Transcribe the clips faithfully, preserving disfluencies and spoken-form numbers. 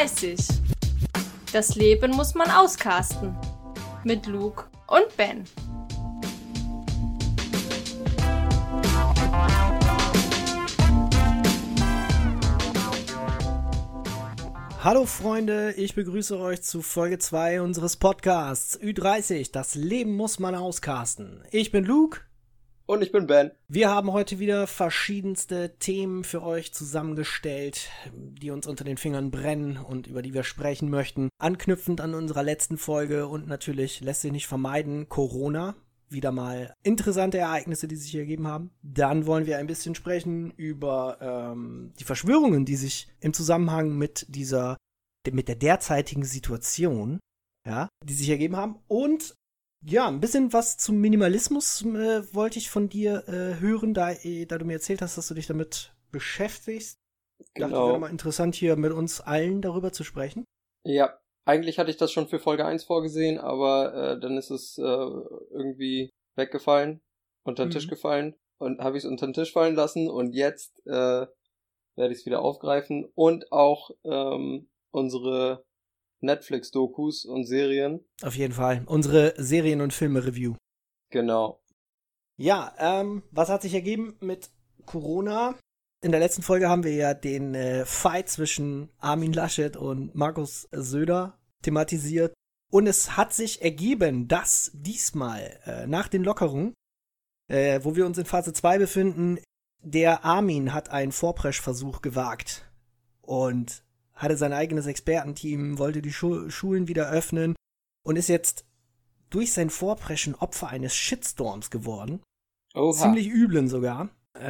dreißig. Das Leben muss man auskasten. Mit Luke und Ben. Hallo Freunde, ich begrüße euch zu Folge zwei unseres Podcasts Ü dreißig, das Leben muss man auscasten. Ich bin Luke. Und ich bin Ben. Wir haben heute wieder verschiedenste Themen für euch zusammengestellt, die uns unter den Fingern brennen und über die wir sprechen möchten. Anknüpfend an unserer letzten Folge und natürlich lässt sich nicht vermeiden, Corona. Wieder mal interessante Ereignisse, die sich hier ergeben haben. Dann wollen wir ein bisschen sprechen über ähm, die Verschwörungen, die sich im Zusammenhang mit dieser, mit der derzeitigen Situation, ja, die sich ergeben haben. Und ja, ein bisschen was zum Minimalismus äh, wollte ich von dir äh, hören, da, äh, da du mir erzählt hast, dass du dich damit beschäftigst. Genau. Dachte, wäre mal interessant, hier mit uns allen darüber zu sprechen. Ja, eigentlich hatte ich das schon für Folge eins vorgesehen, aber äh, dann ist es äh, irgendwie weggefallen, unter den Mhm. Tisch gefallen und habe ich es unter den Tisch fallen lassen und jetzt äh, werde ich es wieder aufgreifen und auch ähm, unsere Netflix-Dokus und Serien. Auf jeden Fall. Unsere Serien- und Filme-Review. Genau. Ja, ähm, was hat sich ergeben mit Corona? In der letzten Folge haben wir ja den äh, Fight zwischen Armin Laschet und Markus Söder thematisiert. Und es hat sich ergeben, dass diesmal äh, nach den Lockerungen, äh, wo wir uns in Phase zwei befinden, der Armin hat einen Vorpreschversuch gewagt und hatte sein eigenes Expertenteam, wollte die Schu- Schulen wieder öffnen und ist jetzt durch sein Vorpreschen Opfer eines Shitstorms geworden. Oha. Ziemlich üblen sogar.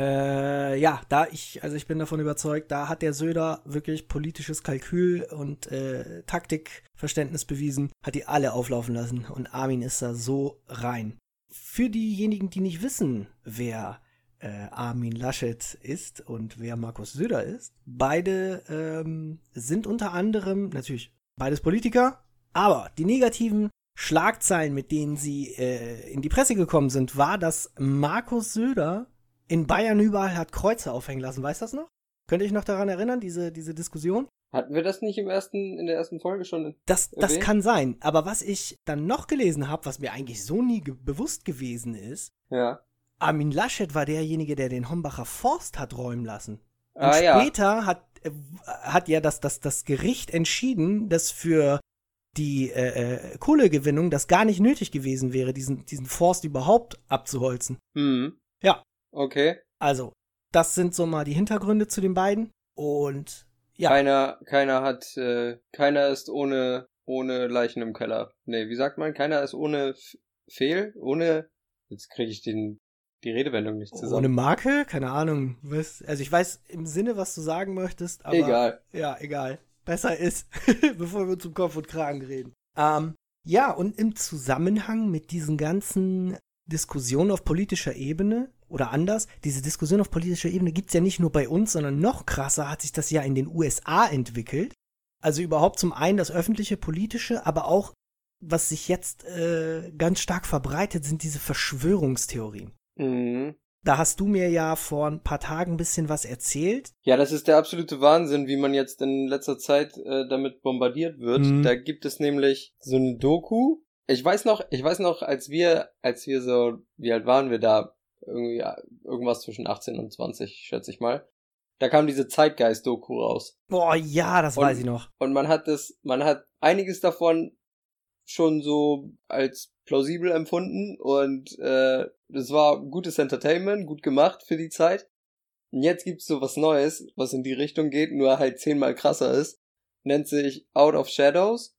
Äh, ja, da ich, also ich bin davon überzeugt, da hat der Söder wirklich politisches Kalkül und äh, Taktikverständnis bewiesen, hat die alle auflaufen lassen und Armin ist da so rein. Für diejenigen, die nicht wissen, wer äh, Armin Laschet ist und wer Markus Söder ist, beide ähm, sind unter anderem, natürlich beides Politiker, aber die negativen Schlagzeilen, mit denen sie äh, in die Presse gekommen sind, war, dass Markus Söder in Bayern überall hat Kreuze aufhängen lassen. Weißt du das noch? Könnt ihr euch noch daran erinnern, diese, diese Diskussion? Hatten wir das nicht im ersten, in der ersten Folge schon? Das, das erwähnt? kann sein. Aber was ich dann noch gelesen habe, was mir eigentlich so nie ge- bewusst gewesen ist, Ja. Armin Laschet war derjenige, der den Hombacher Forst hat räumen lassen. Und Ah, ja. später hat, äh, hat ja das, das, das Gericht entschieden, dass für die äh, äh, Kohlegewinnung das gar nicht nötig gewesen wäre, diesen, diesen Forst überhaupt abzuholzen. Hm. Ja. Okay. Also, das sind so mal die Hintergründe zu den beiden. Und ja. Keiner, keiner hat, äh, keiner ist ohne, ohne Leichen im Keller. Nee, wie sagt man? Keiner ist ohne F- Fehl, ohne, jetzt kriege ich den, die Redewendung nicht zusammen. Ohne Marke? Keine Ahnung. Was, also ich weiß im Sinne, was du sagen möchtest, aber Egal. Ja, egal. Besser ist, bevor wir zum Kopf und Kragen reden. Ähm, ja, und im Zusammenhang mit diesen ganzen Diskussionen auf politischer Ebene, oder anders, diese Diskussion auf politischer Ebene gibt's ja nicht nur bei uns, sondern noch krasser hat sich das ja in den U S A entwickelt. Also überhaupt zum einen das öffentliche Politische, aber auch, was sich jetzt äh, ganz stark verbreitet, sind diese Verschwörungstheorien. Mhm. Da hast du mir ja vor ein paar Tagen ein bisschen was erzählt. Ja, das ist der absolute Wahnsinn, wie man jetzt in letzter Zeit äh, damit bombardiert wird. Mhm. Da gibt es nämlich so eine Doku. Ich weiß noch, ich weiß noch, als wir, als wir so, wie alt waren wir da? Irgendwie ja, irgendwas zwischen achtzehn und zwanzig, schätze ich mal. Da kam diese Zeitgeist-Doku raus. Boah, ja, das Und- weiß ich noch. Und man hat das, man hat einiges davon schon so als plausibel empfunden und äh, das war gutes Entertainment, gut gemacht für die Zeit. Und jetzt gibt's so was Neues, was in die Richtung geht, nur halt zehnmal krasser ist. Nennt sich Out of Shadows.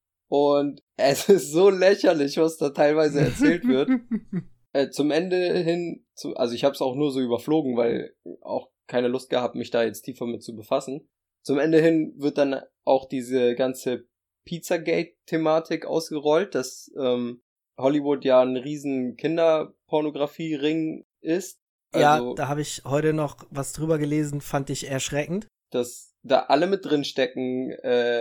Und es ist so lächerlich, was da teilweise erzählt wird. Äh, zum Ende hin, zu, also ich habe es auch nur so überflogen, weil auch keine Lust gehabt, mich da jetzt tiefer mit zu befassen. Zum Ende hin wird dann auch diese ganze Pizzagate-Thematik ausgerollt, dass ähm, Hollywood ja ein riesen Kinderpornografie-Ring ist. Ja, Also, da habe ich heute noch was drüber gelesen, fand ich erschreckend. dass da alle mit drin stecken, äh,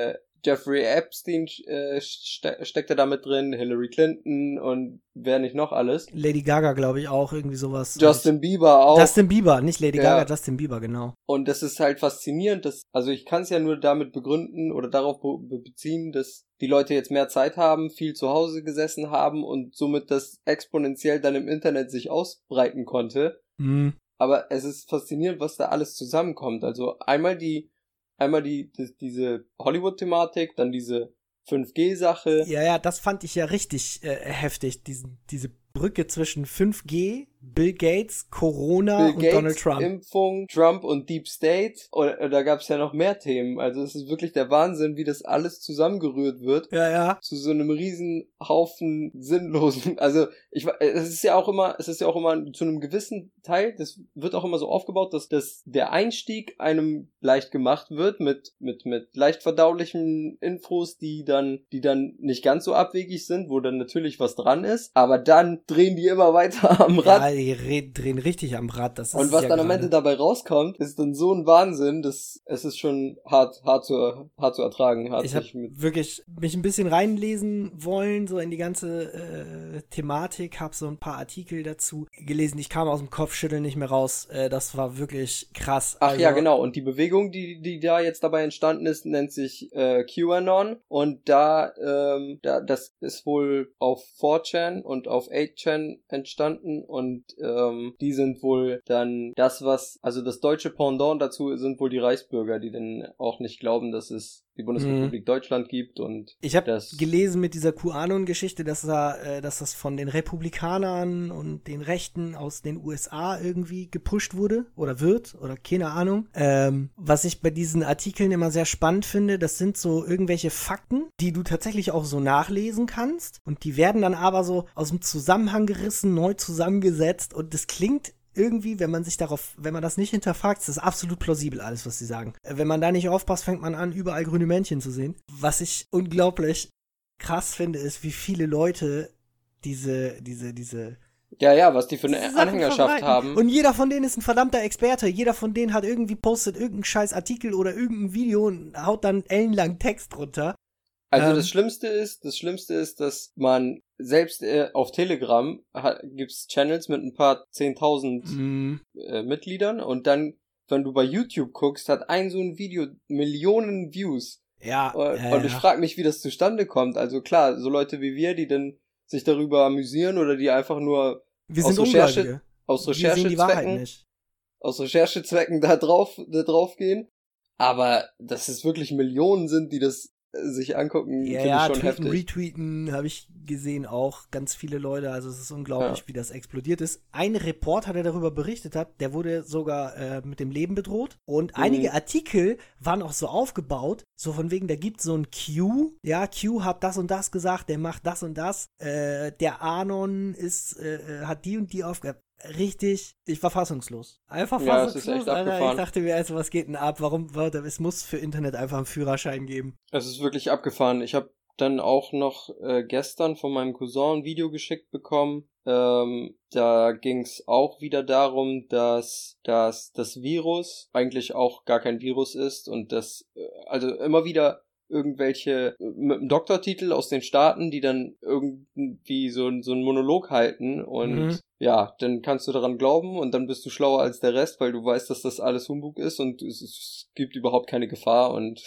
Jeffrey Epstein äh, ste- steckte da mit drin, Hillary Clinton und wer nicht noch alles. Lady Gaga, glaube ich, auch, irgendwie sowas. Justin Bieber auch. Justin Bieber, nicht Lady Ja. Gaga, Justin Bieber, genau. Und das ist halt faszinierend, dass, also ich kann es ja nur damit begründen oder darauf be- beziehen, dass die Leute jetzt mehr Zeit haben, viel zu Hause gesessen haben und somit das exponentiell dann im Internet sich ausbreiten konnte. Mhm. Aber es ist faszinierend, was da alles zusammenkommt. Also einmal die, einmal die, die diese Hollywood-Thematik, dann diese fünf G-Sache. Ja, ja, das fand ich ja richtig äh, heftig, diesen, diese Brücke zwischen fünf G, Bill Gates, Corona Bill und Gates, Donald Trump. Impfung, Trump und Deep State. Und, und da gab es ja noch mehr Themen. Also es ist wirklich der Wahnsinn, wie das alles zusammengerührt wird. Ja, ja. Zu so einem riesen Haufen sinnlosen. Also ich es ist ja auch immer, es ist ja auch immer zu einem gewissen Teil, das wird auch immer so aufgebaut, dass, dass der Einstieg einem leicht gemacht wird mit mit mit leicht verdaulichen Infos, die dann die dann nicht ganz so abwegig sind, wo dann natürlich was dran ist, aber dann drehen die immer weiter am Rad. Ja, die re- drehen richtig am Rad. Das ist Und was ja dann am gerade. Ende dabei rauskommt, ist dann so ein Wahnsinn, dass es ist schon hart, hart zu, hart zu ertragen. Hart Ich habe sich mit wirklich mich ein bisschen reinlesen wollen, so in die ganze äh, Thematik, habe so ein paar Artikel dazu gelesen. Ich kam aus dem Kopfschütteln nicht mehr raus. Äh, das war wirklich krass. Ach also, ja, genau. Und die Bewegung, die die da jetzt dabei entstanden ist, nennt sich äh, QAnon. Und da, ähm, da, das ist wohl auf four chan und auf eight chan entstanden. Und ähm, die sind wohl dann das, was, also das deutsche Pendant dazu sind wohl die Reichsbürger, die dann auch nicht glauben, dass es die Bundesrepublik mhm. Deutschland gibt. Und ich habe das gelesen mit dieser QAnon-Geschichte, dass, da, äh, dass das von den Republikanern und den Rechten aus den U S A irgendwie gepusht wurde oder wird oder keine Ahnung. Ähm, was ich bei diesen Artikeln immer sehr spannend finde, das sind so irgendwelche Fakten, die du tatsächlich auch so nachlesen kannst und die werden dann aber so aus dem Zusammenhang gerissen, neu zusammengesetzt und das klingt irgendwie, wenn man sich darauf, wenn man das nicht hinterfragt, ist das absolut plausibel, alles, was sie sagen. Wenn man da nicht aufpasst, fängt man an, überall grüne Männchen zu sehen. Was ich unglaublich krass finde, ist, wie viele Leute diese, diese, diese Ja, ja, was die für eine Sachen Anhängerschaft verbreiten. haben. Und jeder von denen ist ein verdammter Experte. Jeder von denen hat irgendwie postet irgendeinen scheiß Artikel oder irgendein Video und haut dann ellenlang Text drunter. Also Ähm. das Schlimmste ist, das Schlimmste ist, dass man selbst äh, auf Telegram ha, gibt's Channels mit ein paar zehntausend Mm. äh, Mitgliedern und dann, wenn du bei YouTube guckst, hat ein so ein Video Millionen Views. Ja. Und, äh, und ich frage mich, wie das zustande kommt. Also klar, so Leute wie wir, die dann sich darüber amüsieren oder die einfach nur wir aus sind Recherche, Ungläubige. aus Wir sehen die Wahrheit Recherchezwecken, nicht. aus Recherchezwecken da drauf, da drauf gehen. Aber dass es wirklich Millionen sind, die das sich angucken, Ja, finde ja, ich schon tweeten, heftig. retweeten habe ich gesehen auch, ganz viele Leute, also es ist unglaublich, Ja. wie das explodiert ist. Ein Reporter, der darüber berichtet hat, der wurde sogar äh, mit dem Leben bedroht und Mhm. einige Artikel waren auch so aufgebaut, so von wegen, da gibt so ein Q, ja, Q hat das und das gesagt, der macht das und das, äh, der Anon ist, äh, hat die und die Aufgabe. Richtig, ich war fassungslos. Einfach Ja, es ist fassungslos, echt Alter. abgefahren. Ich dachte mir, also, was geht denn ab? Warum, warte, es muss für Internet einfach einen Führerschein geben. Es ist wirklich abgefahren. Ich habe dann auch noch äh, gestern von meinem Cousin ein Video geschickt bekommen. Ähm, da ging es auch wieder darum, dass, dass das Virus eigentlich auch gar kein Virus ist und dass, äh, also immer wieder irgendwelche äh, mit einem Doktortitel aus den Staaten, die dann irgendwie so, so einen Monolog halten und Mhm. ja, dann kannst du daran glauben und dann bist du schlauer als der Rest, weil du weißt, dass das alles Humbug ist und es, es gibt überhaupt keine Gefahr und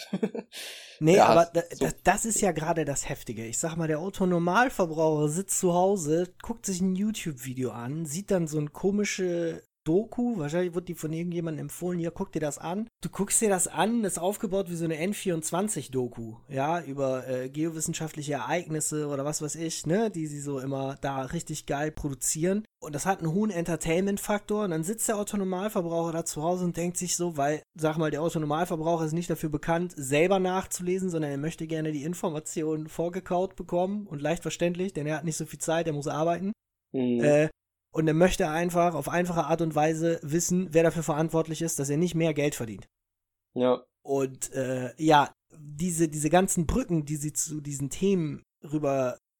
Nee, ja, aber da, so. da, das ist ja gerade das Heftige. Ich sag mal, der Otto-Normalverbraucher sitzt zu Hause, guckt sich ein YouTube-Video an, sieht dann so ein komische Doku, wahrscheinlich wird die von irgendjemandem empfohlen, hier, guck dir das an. Du guckst dir das an, das ist aufgebaut wie so eine N vierundzwanzig-Doku, ja, über äh, geowissenschaftliche Ereignisse oder was weiß ich, ne, die sie so immer da richtig geil produzieren. Und das hat einen hohen Entertainment-Faktor und dann sitzt der Otto-Normalverbraucher da zu Hause und denkt sich so, weil, sag mal, der Otto-Normalverbraucher ist nicht dafür bekannt, selber nachzulesen, sondern er möchte gerne die Informationen vorgekaut bekommen und leicht verständlich, denn er hat nicht so viel Zeit, er muss arbeiten. Mhm. Äh, und er möchte einfach auf einfache Art und Weise wissen, wer dafür verantwortlich ist, dass er nicht mehr Geld verdient. ja. Und äh, ja, diese, diese ganzen Brücken, die sie zu diesen Themen rüber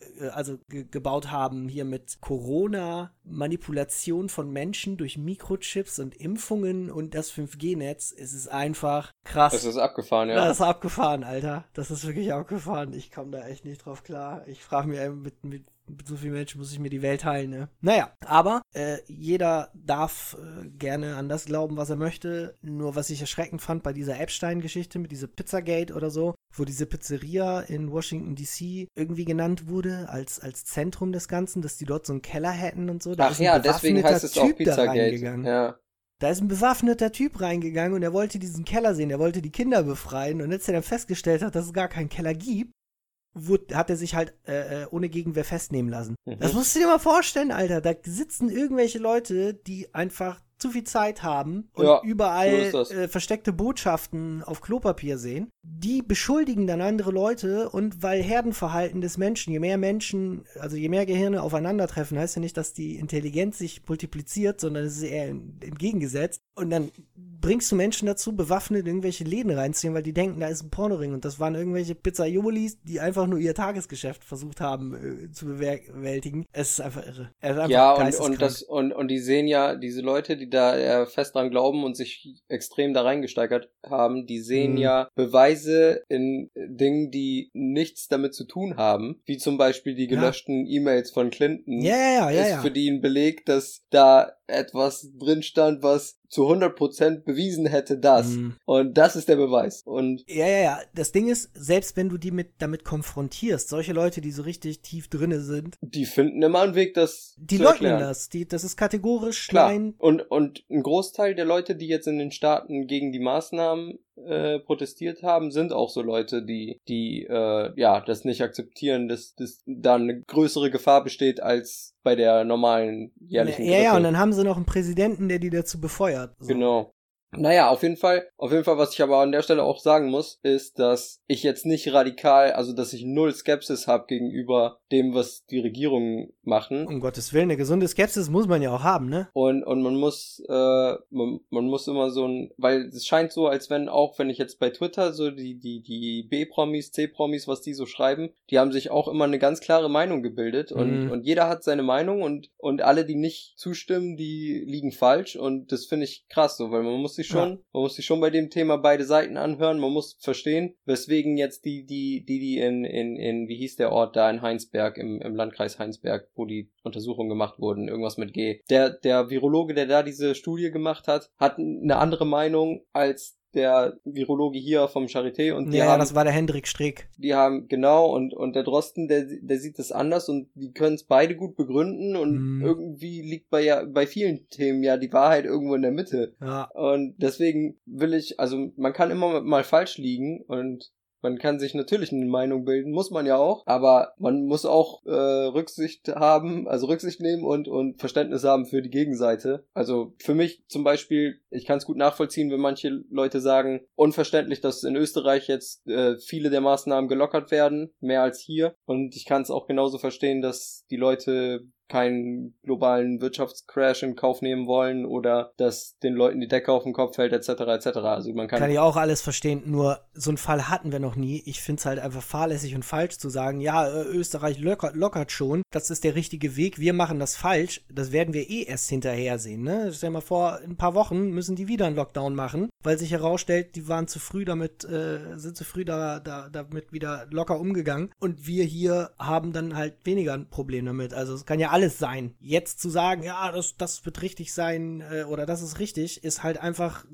äh, also ge- gebaut haben, hier mit Corona, Manipulation von Menschen durch Mikrochips und Impfungen und das fünf G Netz, es ist einfach krass. Das ist abgefahren, ja. Das ist abgefahren, Alter. Das ist wirklich abgefahren. Ich komme da echt nicht drauf klar. Ich frage mich, mit, mit, mit so vielen Menschen muss ich mir die Welt teilen, ne? Naja, aber äh, jeder darf äh, gerne an das glauben, was er möchte. Nur was ich erschreckend fand bei dieser Epstein-Geschichte mit dieser Pizzagate oder so, wo diese Pizzeria in Washington D C irgendwie genannt wurde als, als Zentrum des Ganzen, dass die dort so einen Keller hätten und so. Da Ach ja, deswegen heißt es auch Pizzagate. Ja. Da ist ein bewaffneter Typ reingegangen und er wollte diesen Keller sehen, er wollte die Kinder befreien und als er dann festgestellt hat, dass es gar keinen Keller gibt, wurde, hat er sich halt äh, ohne Gegenwehr festnehmen lassen. Mhm. Das musst du dir mal vorstellen, Alter, da sitzen irgendwelche Leute, die einfach zu viel Zeit haben und ja, überall so äh, versteckte Botschaften auf Klopapier sehen. Die beschuldigen dann andere Leute und weil Herdenverhalten des Menschen, je mehr Menschen, also je mehr Gehirne aufeinandertreffen, heißt ja nicht, dass die Intelligenz sich multipliziert, sondern es ist eher entgegengesetzt. Und dann bringst du Menschen dazu, bewaffnet in irgendwelche Läden reinzuziehen, weil die denken, da ist ein Pornoring und das waren irgendwelche Pizzaiolis, die einfach nur ihr Tagesgeschäft versucht haben äh, zu bewältigen. Es ist einfach irre. Es ist einfach ja, und, und, das, und, und die sehen ja, diese Leute, die da äh, fest dran glauben und sich extrem da reingesteigert haben, die sehen mhm. ja Beweise in Dingen, die nichts damit zu tun haben, wie zum Beispiel die gelöschten ja. E-Mails von Clinton. Ja, ja, ja, ja, ist ja. für die ein Beleg, dass da etwas drin stand, was zu hundert Prozent bewiesen hätte das. Mhm. Und das ist der Beweis. Und ja, ja, ja. Das Ding ist, selbst wenn du die mit damit konfrontierst, solche Leute, die so richtig tief drinne sind, die finden immer einen Weg, das die zu leugnen erklären. das. Die, das ist kategorisch Klar. nein. Und, und ein Großteil der Leute, die jetzt in den Staaten gegen die Maßnahmen äh, protestiert haben, sind auch so Leute, die, die äh, ja, das nicht akzeptieren, dass, dass da eine größere Gefahr besteht als bei der normalen jährlichen Ja, Grippe. ja, und dann haben sie noch einen Präsidenten, der die dazu befeuert. So. Genau. Naja, auf jeden Fall, auf jeden Fall, was ich aber an der Stelle auch sagen muss, ist, dass ich jetzt nicht radikal, also dass ich null Skepsis habe gegenüber dem, was die Regierungen machen. Um Gottes Willen, eine gesunde Skepsis muss man ja auch haben, ne? Und und man muss, äh, man, man muss immer so ein, weil es scheint so, als wenn auch, wenn ich jetzt bei Twitter so die die die B-Promis, C-Promis, was die so schreiben, die haben sich auch immer eine ganz klare Meinung gebildet und Mhm. und jeder hat seine Meinung und und alle, die nicht zustimmen, die liegen falsch und das finde ich krass so, weil man muss sich schon, ja. man muss sich schon bei dem Thema beide Seiten anhören, man muss verstehen, weswegen jetzt die, die, die, die in, in, in, wie hieß der Ort da in Heinsberg, im, im Landkreis Heinsberg, wo die Untersuchungen gemacht wurden, irgendwas mit G. Der, der Virologe, der da diese Studie gemacht hat, hat eine andere Meinung als der Virologe hier vom Charité und die ja, haben, ja, das war der Hendrik Streeck. Die haben, genau, und, und der Drosten, der, der sieht das anders und die können es beide gut begründen und mm. irgendwie liegt bei ja, bei vielen Themen ja die Wahrheit irgendwo in der Mitte. Ja. Und deswegen will ich, also man kann immer mal falsch liegen und man kann sich natürlich eine Meinung bilden, muss man ja auch, aber man muss auch äh, Rücksicht haben, also Rücksicht nehmen und und Verständnis haben für die Gegenseite. Also für mich zum Beispiel, ich kann es gut nachvollziehen, wenn manche Leute sagen, unverständlich, dass in Österreich jetzt äh, viele der Maßnahmen gelockert werden, mehr als hier. Und ich kann es auch genauso verstehen, dass die Leute keinen globalen Wirtschaftscrash in Kauf nehmen wollen oder dass den Leuten die Decke auf den Kopf fällt, et cetera et cetera. Also man kann... Kann ich auch alles verstehen, nur so einen Fall hatten wir noch nie. Ich finde es halt einfach fahrlässig und falsch zu sagen, ja, Österreich lockert, lockert schon, das ist der richtige Weg, wir machen das falsch, das werden wir eh erst hinterher sehen, ne? Stell dir mal vor, in ein paar Wochen müssen die wieder einen Lockdown machen, weil sich herausstellt, die waren zu früh damit, äh, sind zu früh da, da, damit wieder locker umgegangen und wir hier haben dann halt weniger ein Problem damit. Also es kann ja alles sein. Jetzt zu sagen, ja, das, das wird richtig sein äh, oder das ist richtig, ist halt einfach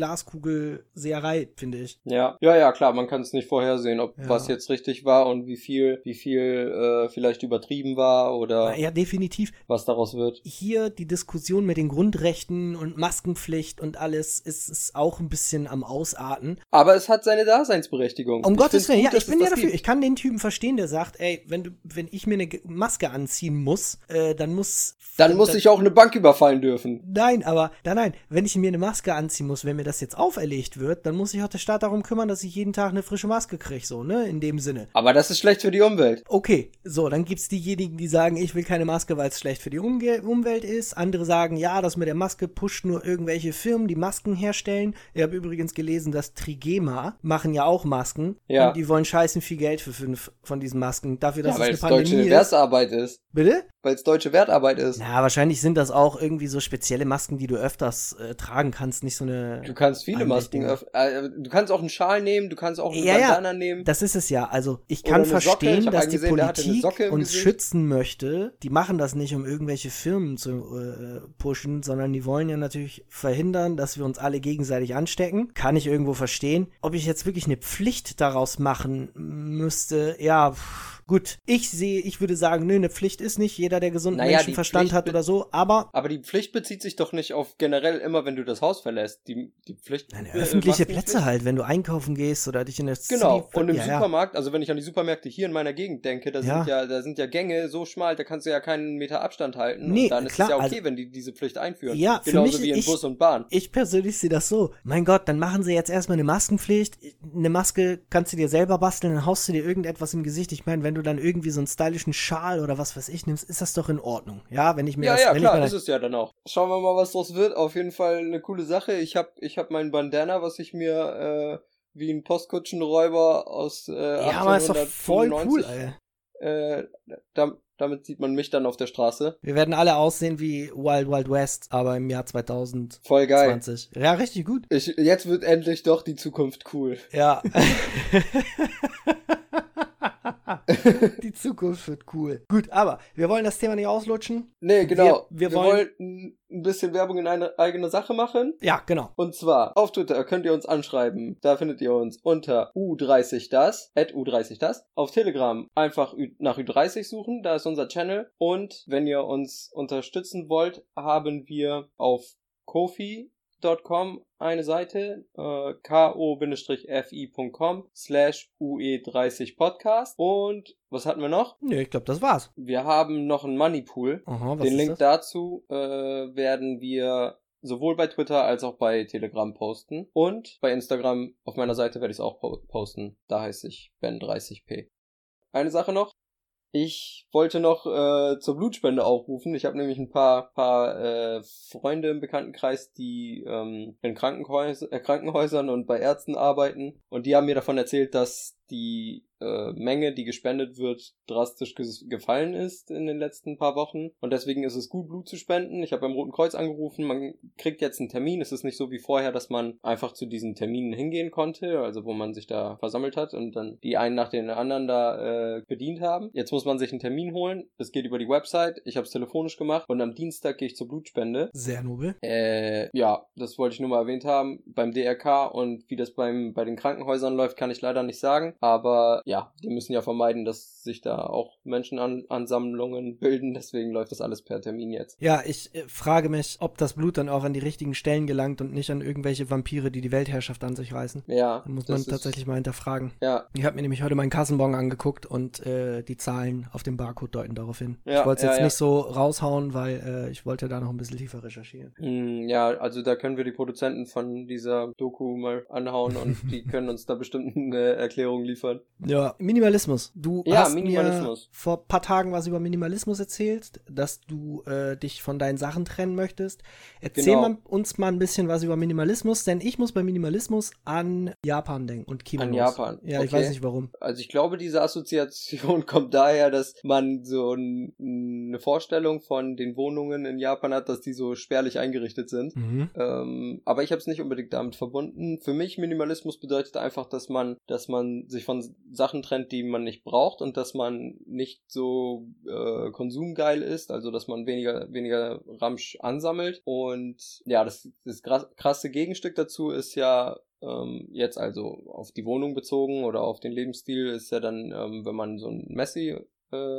Glaskugelseherei, finde ich. Ja, ja, ja, klar, man kann es nicht vorhersehen, ob ja. was jetzt richtig war und wie viel, wie viel äh, vielleicht übertrieben war oder ja, definitiv. Was daraus wird. Hier die Diskussion mit den Grundrechten und Maskenpflicht und alles ist, ist auch ein bisschen am Ausarten. Aber es hat seine Daseinsberechtigung. Um ich Gottes Willen, ja, ich bin ja dafür. Gibt. Ich kann den Typen verstehen, der sagt, ey, wenn du, wenn ich mir eine Maske anziehen muss, äh, dann muss... Dann muss dann, ich auch eine Bank überfallen dürfen. Nein, aber, nein, nein, wenn ich mir eine Maske anziehen muss, wenn mir das jetzt auferlegt wird, dann muss sich auch der Staat darum kümmern, dass ich jeden Tag eine frische Maske kriege, so, ne, in dem Sinne. Aber das ist schlecht für die Umwelt. Okay, so, dann gibt's diejenigen, die sagen, ich will keine Maske, weil es schlecht für die Umge- Umwelt ist. Andere sagen, ja, das mit der Maske pusht nur irgendwelche Firmen, die Masken herstellen. Ich habe übrigens gelesen, dass Trigema machen ja auch Masken. Ja. Und die wollen scheißen viel Geld für fünf von diesen Masken. Dafür, dass Ja, weil es es eine Pandemie deutsche ist. Wertarbeit ist. Bitte? Weil es deutsche Wertarbeit ist. Na, wahrscheinlich sind das auch irgendwie so spezielle Masken, die du öfters äh, tragen kannst, nicht so eine... Du kannst viele Masken, öff- äh, du kannst auch einen Schal nehmen, du kannst auch einen Ja, ja, Bandana nehmen. das ist es ja. Also ich Oder kann eine Socke. verstehen, Ich hab dass einen die gesehen, der hatte eine Politik Socke im uns Gesicht. schützen möchte. Die machen das nicht, um irgendwelche Firmen zu äh, pushen, sondern die wollen ja natürlich verhindern, dass wir uns alle gegenseitig anstecken. Kann ich irgendwo verstehen. Ob ich jetzt wirklich eine Pflicht daraus machen müsste, ja... Pff. Gut, ich sehe, ich würde sagen, nö, eine Pflicht ist nicht jeder, der gesunden Naja, die Menschenverstand Pflicht hat be- oder so, aber Aber die Pflicht bezieht sich doch nicht auf generell immer, wenn du das Haus verlässt. Die, die Pflicht. eine äh, öffentliche Maskenpflicht. Plätze halt, wenn du einkaufen gehst oder dich in der Genau, City- und im ja, ja. Supermarkt, also wenn ich an die Supermärkte hier in meiner Gegend denke, da Ja. sind ja, da sind ja Gänge so schmal, da kannst du ja keinen Meter Abstand halten. Nee, und dann ist klar, es ja okay, also- wenn die diese Pflicht einführen. Ja, für Genauso mich- wie in ich- Bus und Bahn. Ich persönlich sehe das so. Mein Gott, dann machen sie jetzt erstmal eine Maskenpflicht. Eine Maske kannst du dir selber basteln, dann haust du dir irgendetwas im Gesicht. Ich meine, wenn du dann irgendwie so einen stylischen Schal oder was weiß ich nimmst, ist das doch in Ordnung. Ja, wenn ich mir Ja, das, ja, wenn klar, ich mir ist es ja dann auch. Schauen wir mal, was draus wird. Auf jeden Fall eine coole Sache. Ich hab, ich hab meinen Bandana, was ich mir, äh, wie ein Postkutschenräuber aus, äh, ja, aber ist doch voll cool, achtzehnhundertfünfundneunzig, ey. äh, da, damit sieht man mich dann auf der Straße. Wir werden alle aussehen wie Wild Wild West, aber im Jahr zwanzig zwanzig. Voll geil. Ja, richtig gut. Ich, jetzt wird endlich doch die Zukunft cool. Ja. Die Zukunft wird cool. Gut, aber wir wollen das Thema nicht auslutschen. Nee, genau. Wir- wir Wir, wollen- wollten ein bisschen Werbung in eine eigene Sache machen. Ja, genau. Und zwar, auf Twitter könnt ihr uns anschreiben. Da findet ihr uns unter u dreißig das, at u dreißig das. Auf Telegram einfach ü- nach ü dreißig suchen, da ist unser Channel. Und wenn ihr uns unterstützen wollt, haben wir auf Ko-fi Punkt com eine Seite, äh, ko-fi.com slash ue30 podcast. Und was hatten wir noch? Nö, ich glaube, das war's. Wir haben noch einen Moneypool. Aha, was Den ist Link das? dazu äh, werden wir sowohl bei Twitter als auch bei Telegram posten. Und bei Instagram auf meiner Seite werde ich es auch po- posten. Da heiße ich Ben dreißig p. Eine Sache noch. Ich wollte noch äh, zur Blutspende aufrufen. Ich habe nämlich ein paar, paar äh, Freunde im Bekanntenkreis, die ähm, in Krankenhäus- äh, Krankenhäusern und bei Ärzten arbeiten. Und die haben mir davon erzählt, dass die äh, Menge, die gespendet wird, drastisch ges- gefallen ist in den letzten paar Wochen. Und deswegen ist es gut, Blut zu spenden. Ich habe beim Roten Kreuz angerufen. Man kriegt jetzt einen Termin. Es ist nicht so wie vorher, dass man einfach zu diesen Terminen hingehen konnte, also wo man sich da versammelt hat und dann die einen nach den anderen da äh, bedient haben. Jetzt muss man sich einen Termin holen. Es geht über die Website. Ich habe es telefonisch gemacht und am Dienstag gehe ich zur Blutspende. Sehr nobel. Äh, ja, das wollte ich nur mal erwähnt haben. Beim D R K und wie das beim bei den Krankenhäusern läuft, kann ich leider nicht sagen. Aber ja, die müssen ja vermeiden, dass sich da auch Menschenansammlungen bilden. Deswegen läuft das alles per Termin jetzt. Ja, ich äh, frage mich, ob das Blut dann auch an die richtigen Stellen gelangt und nicht an irgendwelche Vampire, die die Weltherrschaft an sich reißen. Ja. Da muss man das ist- tatsächlich mal hinterfragen. Ja, Ich habe mir nämlich heute meinen Kassenbon angeguckt und äh, die Zahlen auf dem Barcode deuten darauf hin. Ja, ich wollte es ja, jetzt ja. nicht so raushauen, weil äh, ich wollte da noch ein bisschen tiefer recherchieren. Mm, ja, also da können wir die Produzenten von dieser Doku mal anhauen und die können uns da bestimmt eine Erklärung liefern. Ja, Minimalismus. Du Ja, hast Minimalismus. mir vor ein paar Tagen was über Minimalismus erzählt, dass du äh, dich von deinen Sachen trennen möchtest. Erzähl Genau. mal, uns mal ein bisschen was über Minimalismus, denn ich muss bei Minimalismus an Japan denken und Kimonos. An Japan, Ja, ich okay. weiß nicht warum. Also ich glaube, diese Assoziation kommt daher, dass man so ein, eine Vorstellung von den Wohnungen in Japan hat, dass die so spärlich eingerichtet sind. Mhm. Ähm, aber ich habe es nicht unbedingt damit verbunden. Für mich Minimalismus bedeutet einfach, dass man, dass man sich von Sachen trennt, die man nicht braucht und dass man nicht so äh, konsumgeil ist, also dass man weniger weniger Ramsch ansammelt. Und ja, das, das krasse Gegenstück dazu ist ja ähm, jetzt also auf die Wohnung bezogen oder auf den Lebensstil ist ja dann, ähm, wenn man so ein Messi äh,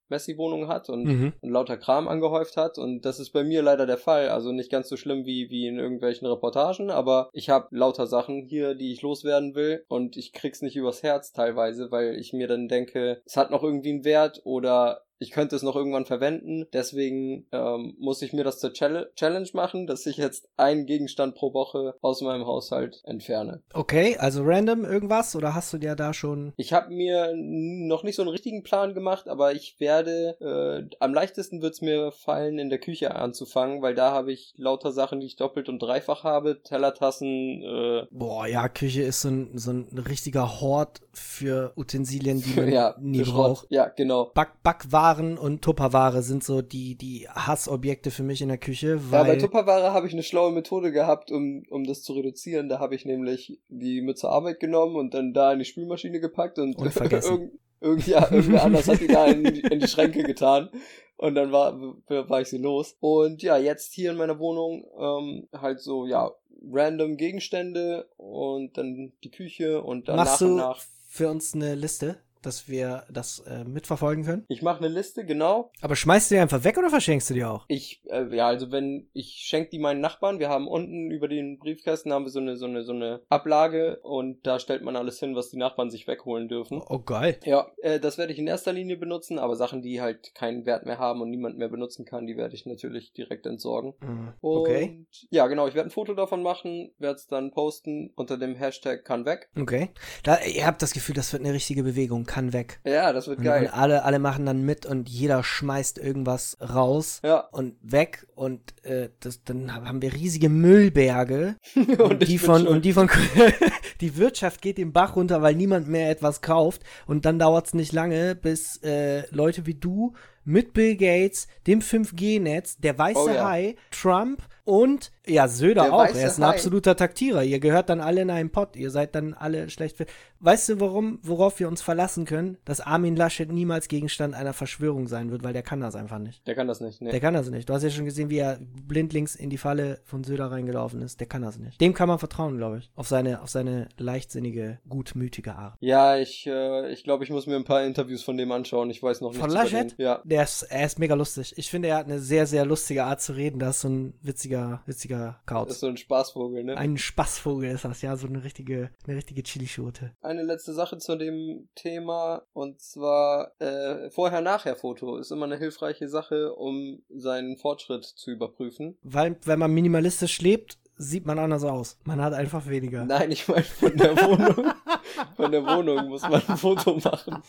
Messi-Wohnung hat und, Mhm. und lauter Kram angehäuft hat. Und das ist bei mir leider der Fall. Also nicht ganz so schlimm wie, wie in irgendwelchen Reportagen, aber ich habe lauter Sachen hier, die ich loswerden will und ich krieg's nicht übers Herz teilweise, weil ich mir dann denke, es hat noch irgendwie einen Wert oder ich könnte es noch irgendwann verwenden. Deswegen ähm, muss ich mir das zur Chall- Challenge machen, dass ich jetzt einen Gegenstand pro Woche aus meinem Haushalt entferne. Okay, also random irgendwas oder hast du dir da schon... Ich habe mir n- noch nicht so einen richtigen Plan gemacht, aber ich werde, äh, am leichtesten wird's mir fallen, in der Küche anzufangen, weil da habe ich lauter Sachen, die ich doppelt und dreifach habe. Tellertassen, äh, Boah, ja, Küche ist so ein, so ein richtiger Hort für Utensilien, die man ja, nie für Schrott. braucht. Ja, genau. Back Backwaren und Tupperware sind so die, die Hassobjekte für mich in der Küche, weil... Ja, bei Tupperware habe ich eine schlaue Methode gehabt, um, um das zu reduzieren. Da habe ich nämlich die mit zur Arbeit genommen und dann da in die Spülmaschine gepackt und, Und vergessen. irgend, irgend, ja, irgendwer anders hat die da in, die- in die Schränke getan. Und dann war, war ich sie los. Und ja, jetzt hier in meiner Wohnung ähm, halt so, ja, random Gegenstände und dann die Küche und dann Machst nach du und nach. für uns eine Liste, dass wir das äh, mitverfolgen können? Ich mache eine Liste, genau. Aber schmeißt du die einfach weg oder verschenkst du die auch? Ich, äh, ja, also wenn, ich schenke die meinen Nachbarn, wir haben unten über den Briefkasten haben wir so eine, so eine, so eine Ablage und da stellt man alles hin, was die Nachbarn sich wegholen dürfen. Oh, geil. Ja, äh, das werde ich in erster Linie benutzen, aber Sachen, die halt keinen Wert mehr haben und niemand mehr benutzen kann, die werde ich natürlich direkt entsorgen. Mhm. Und Okay. ja, genau, ich werde ein Foto davon machen, werde es dann posten unter dem Hashtag kann weg. Okay. Da, ihr habt das Gefühl, das wird eine richtige Bewegung. Kann weg. Ja, das wird Und, geil. und alle, alle machen dann mit und jeder schmeißt irgendwas raus Ja. und weg und äh, das, dann haben wir riesige Müllberge und, Und ich die bin von schuld. und die von die Wirtschaft geht den Bach runter, weil niemand mehr etwas kauft und dann dauert es nicht lange, bis äh, Leute wie du mit Bill Gates, dem fünf G Netz, der weiße Oh ja. Hai, Trump und ja, Söder Der auch. weiße Er ist ein Hai. absoluter Taktierer. Ihr gehört dann alle in einen Pott. Ihr seid dann alle schlecht für. Weißt du, warum, worauf wir uns verlassen können? Dass Armin Laschet niemals Gegenstand einer Verschwörung sein wird, weil der kann das einfach nicht. Der kann das nicht, ne? Der kann das nicht. Du hast ja schon gesehen, wie er blindlings in die Falle von Söder reingelaufen ist. Der kann das nicht. Dem kann man vertrauen, glaube ich. Auf seine, auf seine leichtsinnige, gutmütige Art. Ja, ich, äh, ich glaube, ich muss mir ein paar Interviews von dem anschauen. Ich weiß noch nicht. Von Laschet? Ja. Der ist, er ist mega lustig. Ich finde, er hat eine sehr, sehr lustige Art zu reden. Das ist so ein witziger, witziger Das Kauz. ist so ein Spaßvogel, ne? Ein Spaßvogel ist das, ja, so eine richtige, eine richtige Chilischote. Eine letzte Sache zu dem Thema und zwar äh, Vorher-Nachher-Foto ist immer eine hilfreiche Sache, um seinen Fortschritt zu überprüfen. Weil, wenn man minimalistisch lebt, sieht man anders aus. Man hat einfach weniger. Nein, ich meine von der Wohnung. Von der Wohnung muss man ein Foto machen.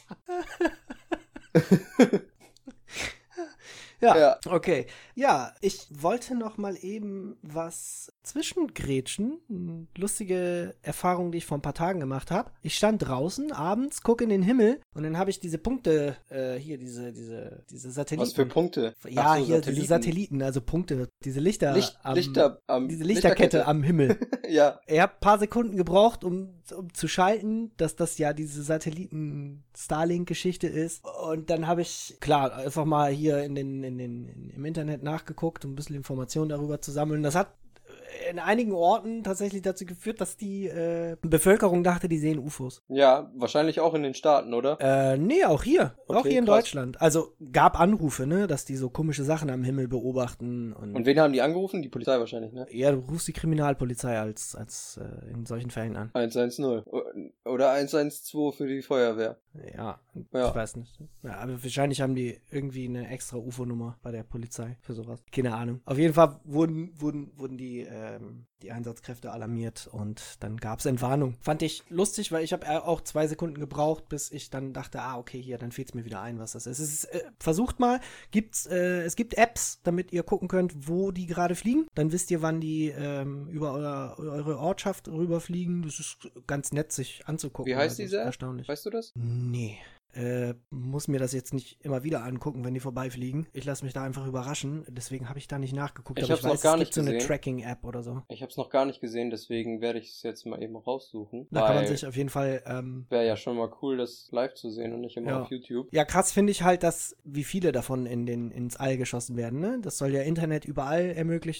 Ja, Ja. okay. Ja, ich wollte noch mal eben was zwischengrätschen. Hm, Lustige Erfahrung, die ich vor ein paar Tagen gemacht habe. Ich stand draußen abends, gucke in den Himmel und dann habe ich diese Punkte, äh, hier, diese, diese, diese Satelliten. Was für Punkte? Ja, Ach so, hier, diese Satelliten, also Punkte, diese Lichter, Licht, am, Lichter am, diese Lichterkette am Himmel. Ja, Ich habe ein paar Sekunden gebraucht, um, um zu schalten, dass das ja diese Satelliten-Starlink-Geschichte ist. Und dann habe ich, klar, einfach mal hier in den, in den, in, im Internet nachgeguckt, um ein bisschen Informationen darüber zu sammeln. Das hat in einigen Orten tatsächlich dazu geführt, dass die äh, Bevölkerung dachte, die sehen U F Os. ja, wahrscheinlich auch in den Staaten, oder? Äh, nee, auch hier. auch Okay, hier in krass. Deutschland. Also gab Anrufe, ne, dass die so komische Sachen am Himmel beobachten. Und, Und wen haben die angerufen? Die Polizei wahrscheinlich, ne? ja, du rufst die Kriminalpolizei als, als äh, in solchen Fällen an. eins eins null. Oder eins eins zwei für die Feuerwehr. Ja, Ja. ich weiß nicht. Ja, aber wahrscheinlich haben die irgendwie eine extra U F O-Nummer bei der Polizei für sowas. Keine Ahnung. Auf jeden Fall wurden, wurden, wurden die, ähm, die Einsatzkräfte alarmiert und dann gab es Entwarnung. Fand ich lustig, weil ich habe auch zwei Sekunden gebraucht, bis ich dann dachte, ah, okay, hier, dann fällt es mir wieder ein, was das ist. Es ist äh, versucht mal, gibt's, äh, es gibt Apps, damit ihr gucken könnt, wo die gerade fliegen. Dann wisst ihr, wann die ähm, über euer, eure Ortschaft rüberfliegen. Das ist ganz nett, sich anzugucken. Wie heißt Also, diese App? Erstaunlich. Weißt du das? Nee. Äh, muss mir das jetzt nicht immer wieder angucken, wenn die vorbeifliegen. Ich lasse mich da einfach überraschen. Deswegen habe ich da nicht nachgeguckt. Ich aber hab's ich noch weiß, gar es gibt nicht so eine gesehen. Tracking-App oder so. Ich habe es noch gar nicht gesehen, deswegen werde ich es jetzt mal eben raussuchen. Da kann man weil sich auf jeden Fall ähm, wäre ja schon mal cool, das live zu sehen und nicht immer Ja. auf YouTube. ja, krass finde ich halt, dass wie viele davon in den, ins All geschossen werden. Ne? Das soll ja Internet überall ermöglichen.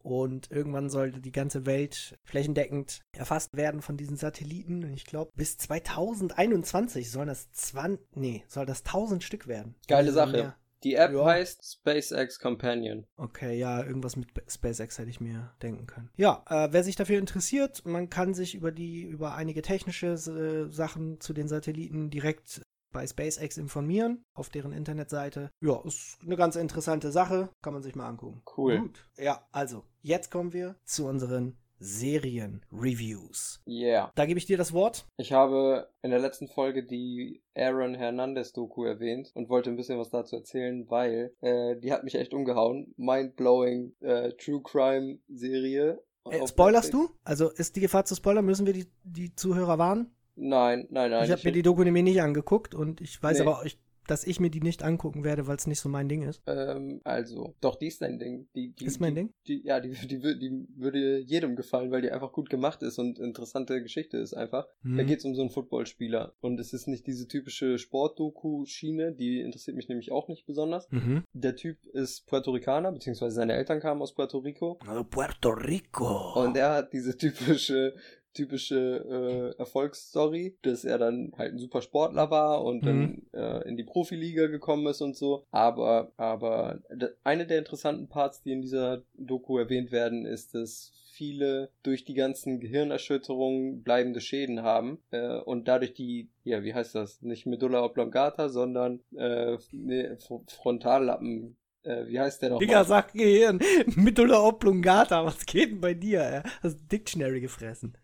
und irgendwann sollte die ganze Welt flächendeckend erfasst werden von diesen Satelliten. Und ich glaube, bis zweitausendeinundzwanzig sollen das zwanzig, nee, soll das tausend Stück werden. Geile Also Sache. mehr. Die App Ja. heißt SpaceX Companion. Okay, ja, irgendwas mit SpaceX hätte ich mir denken können. Ja, äh, wer sich dafür interessiert, man kann sich über die, über einige technische äh, Sachen zu den Satelliten direkt bei SpaceX informieren, auf deren Internetseite. Ja, ist eine ganz interessante Sache, kann man sich mal angucken. Cool. Gut. Ja, also, jetzt kommen wir zu unseren Serien-Reviews. Yeah. Da gebe ich dir das Wort. Ich habe in der letzten Folge die Aaron Hernandez-Doku erwähnt und wollte ein bisschen was dazu erzählen, weil äh, die hat mich echt umgehauen. Mind-blowing äh, True-Crime-Serie. Äh, spoilerst du? Also ist die Gefahr zu spoilern? Müssen wir die, die Zuhörer warnen? Nein, nein, nein. Ich habe mir die Doku nämlich nicht angeguckt und ich weiß Nee. aber, ich, dass ich mir die nicht angucken werde, weil es nicht so mein Ding ist. Ähm, also, doch, die ist dein Ding. Die, die, Ist mein die, Ding? Die, ja, die, die, die, die würde jedem gefallen, weil die einfach gut gemacht ist und interessante Geschichte ist einfach. Hm. Da geht es um so einen Footballspieler. Und es ist nicht diese typische Sport-Doku-Schiene, die interessiert mich nämlich auch nicht besonders. Mhm. Der Typ ist Puerto Ricaner, beziehungsweise seine Eltern kamen aus Puerto Rico. Also Puerto Rico. Und er hat diese typische typische äh, Erfolgsstory, dass er dann halt ein super Sportler war und Mhm. dann äh, in die Profiliga gekommen ist und so. Aber, aber d- eine der interessanten Parts, die in dieser Doku erwähnt werden, ist, dass viele durch die ganzen Gehirnerschütterungen bleibende Schäden haben äh, und dadurch die, ja, wie heißt das? Nicht Medulla oblongata, sondern äh, nee, Fr- Frontallappen. Äh, wie heißt der noch? Digga, sag Gehirn. Medulla oblongata, was geht denn bei dir? Ey? Hast du Dictionary gefressen?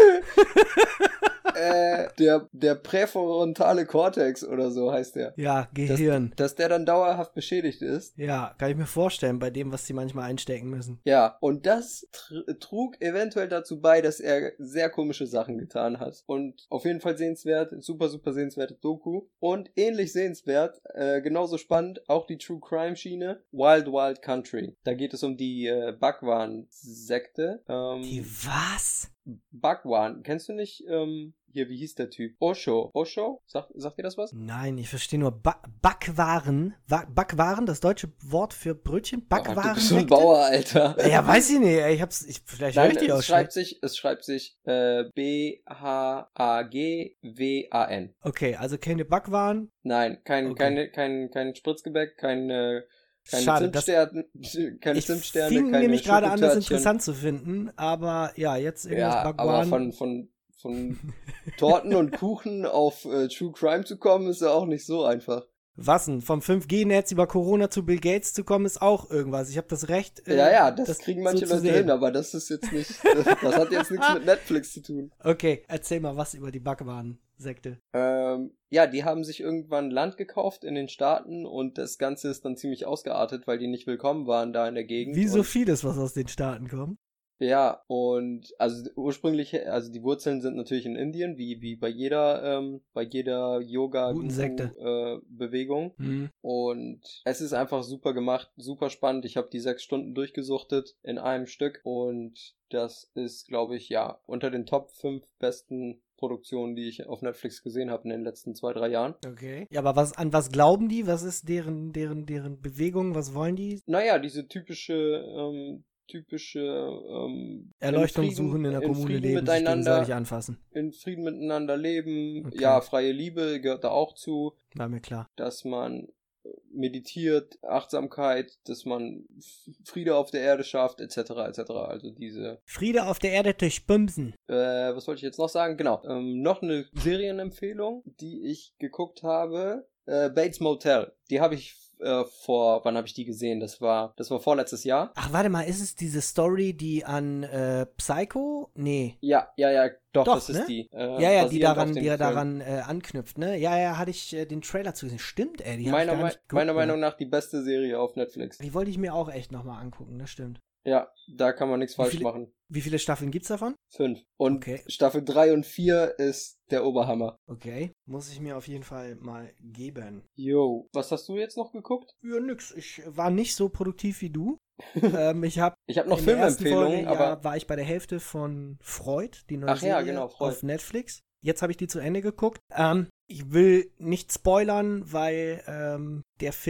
äh, der, der präfrontale Cortex oder so heißt der. Ja, Gehirn. Dass der dann dauerhaft beschädigt ist. Ja, kann ich mir vorstellen, bei dem, was sie manchmal einstecken müssen. Ja, und das tr- trug eventuell dazu bei, dass er sehr komische Sachen getan hat. Und auf jeden Fall sehenswert, super, super sehenswerte Doku. Und ähnlich sehenswert, äh, genauso spannend, auch die True Crime Schiene, Wild Wild Country. Da geht es um die äh, Bhagwan-Sekte. Ähm, Die was? Bhagwan, kennst du nicht, ähm, hier, wie hieß der Typ? Osho. Osho? Sagt, sagt dir das was? Nein, ich verstehe nur ba- Backwaren. Wa- Backwaren, das deutsche Wort für Brötchen? Oh, du Backwaren? bist so ein Bauer, Alter. Ja, weiß ich nicht. ey, Ich hab's, ich, vielleicht höre Nein, ich die es auch schreibt sich, es schreibt sich äh, B H A G W A N. Okay, also keine Backwaren. Nein, kein, Okay. keine, kein, kein Spritzgebäck, keine, keine Schade, das- Zimtsterne, keine Ich Zimtsterne, fing keine nämlich gerade an, das Schokotörtchen. interessant zu finden, aber ja, jetzt irgendwas Ja, aber Backwaren. von, von, von Torten und Kuchen auf äh, True Crime zu kommen, ist ja auch nicht so einfach. Was denn? Vom fünf G Netz über Corona zu Bill Gates zu kommen, ist auch irgendwas. Ich habe das Recht. äh, Ja, ja, das, kriegen manche so zu Leute sehen. hin, aber das ist jetzt nicht, das hat jetzt nichts mit Netflix zu tun. Okay, erzähl mal was über die Backwaren-Sekte. Ähm, ja, die haben sich irgendwann Land gekauft in den Staaten und das Ganze ist dann ziemlich ausgeartet, weil die nicht willkommen waren da in der Gegend. Wie so und, vieles, was aus den Staaten kommt. Ja, und also ursprünglich, also die Wurzeln sind natürlich in Indien, wie wie bei jeder ähm, bei jeder Yoga Guten Sekte. äh, Bewegung. Hm. Und es ist einfach super gemacht, super spannend. Ich habe die sechs Stunden durchgesuchtet in einem Stück und das ist, glaube ich, ja, unter den Top fünf besten Produktionen, die ich auf Netflix gesehen habe in den letzten zwei, drei Jahren. Okay. Ja, aber was, an was glauben die? Was ist deren, deren, deren Bewegung? Was wollen die? Naja, diese typische, ähm, typische ähm, Erleuchtung in Frieden- suchen in der in Kommune Frieden leben, sich miteinander, gegenseitig anfassen. in Frieden miteinander leben. Okay. Ja, freie Liebe gehört da auch zu, War mir klar. dass man meditiert, Achtsamkeit, dass man F- Friede auf der Erde schafft, et cetera et cetera. Also diese, Friede auf der Erde durch Bumsen. äh, was wollte ich jetzt noch sagen? Genau, ähm, noch eine Serienempfehlung, die ich geguckt habe, äh, Bates Motel. Die habe ich äh, vor, wann habe ich die gesehen? Das war, das war vorletztes Jahr. Ach, warte mal, ist es diese Story, die an äh, Psycho? Nee. Ja, ja, ja, doch, Doch, das ist ne? die. Äh, Ja, ja, die basierend daran, auf dem die Film. daran äh, anknüpft, ne? Ja, ja, hatte ich äh, den Trailer zu gesehen. Stimmt, ey, die hab ich Meiner, gar Mei- nicht geguckt, meiner ne? Meinung nach die beste Serie auf Netflix. Die wollte ich mir auch echt nochmal angucken, das stimmt. Ja, da kann man nichts falsch viele- machen. Wie viele Staffeln gibt's davon? Fünf. Und Okay. Staffel drei und vier ist der Oberhammer. Okay. Muss ich mir auf jeden Fall mal geben. Yo. Was hast du jetzt noch geguckt? Ja, nix. Ich war nicht so produktiv wie du. ähm, ich habe Ich habe noch in der ersten Filmempfehlungen, Folge, aber ja, war ich bei der Hälfte von Freud, die neue Ach ja, Serie genau, Freud. auf Netflix. Jetzt habe ich die zu Ende geguckt. Ähm, ich will nicht spoilern, weil ähm, der Film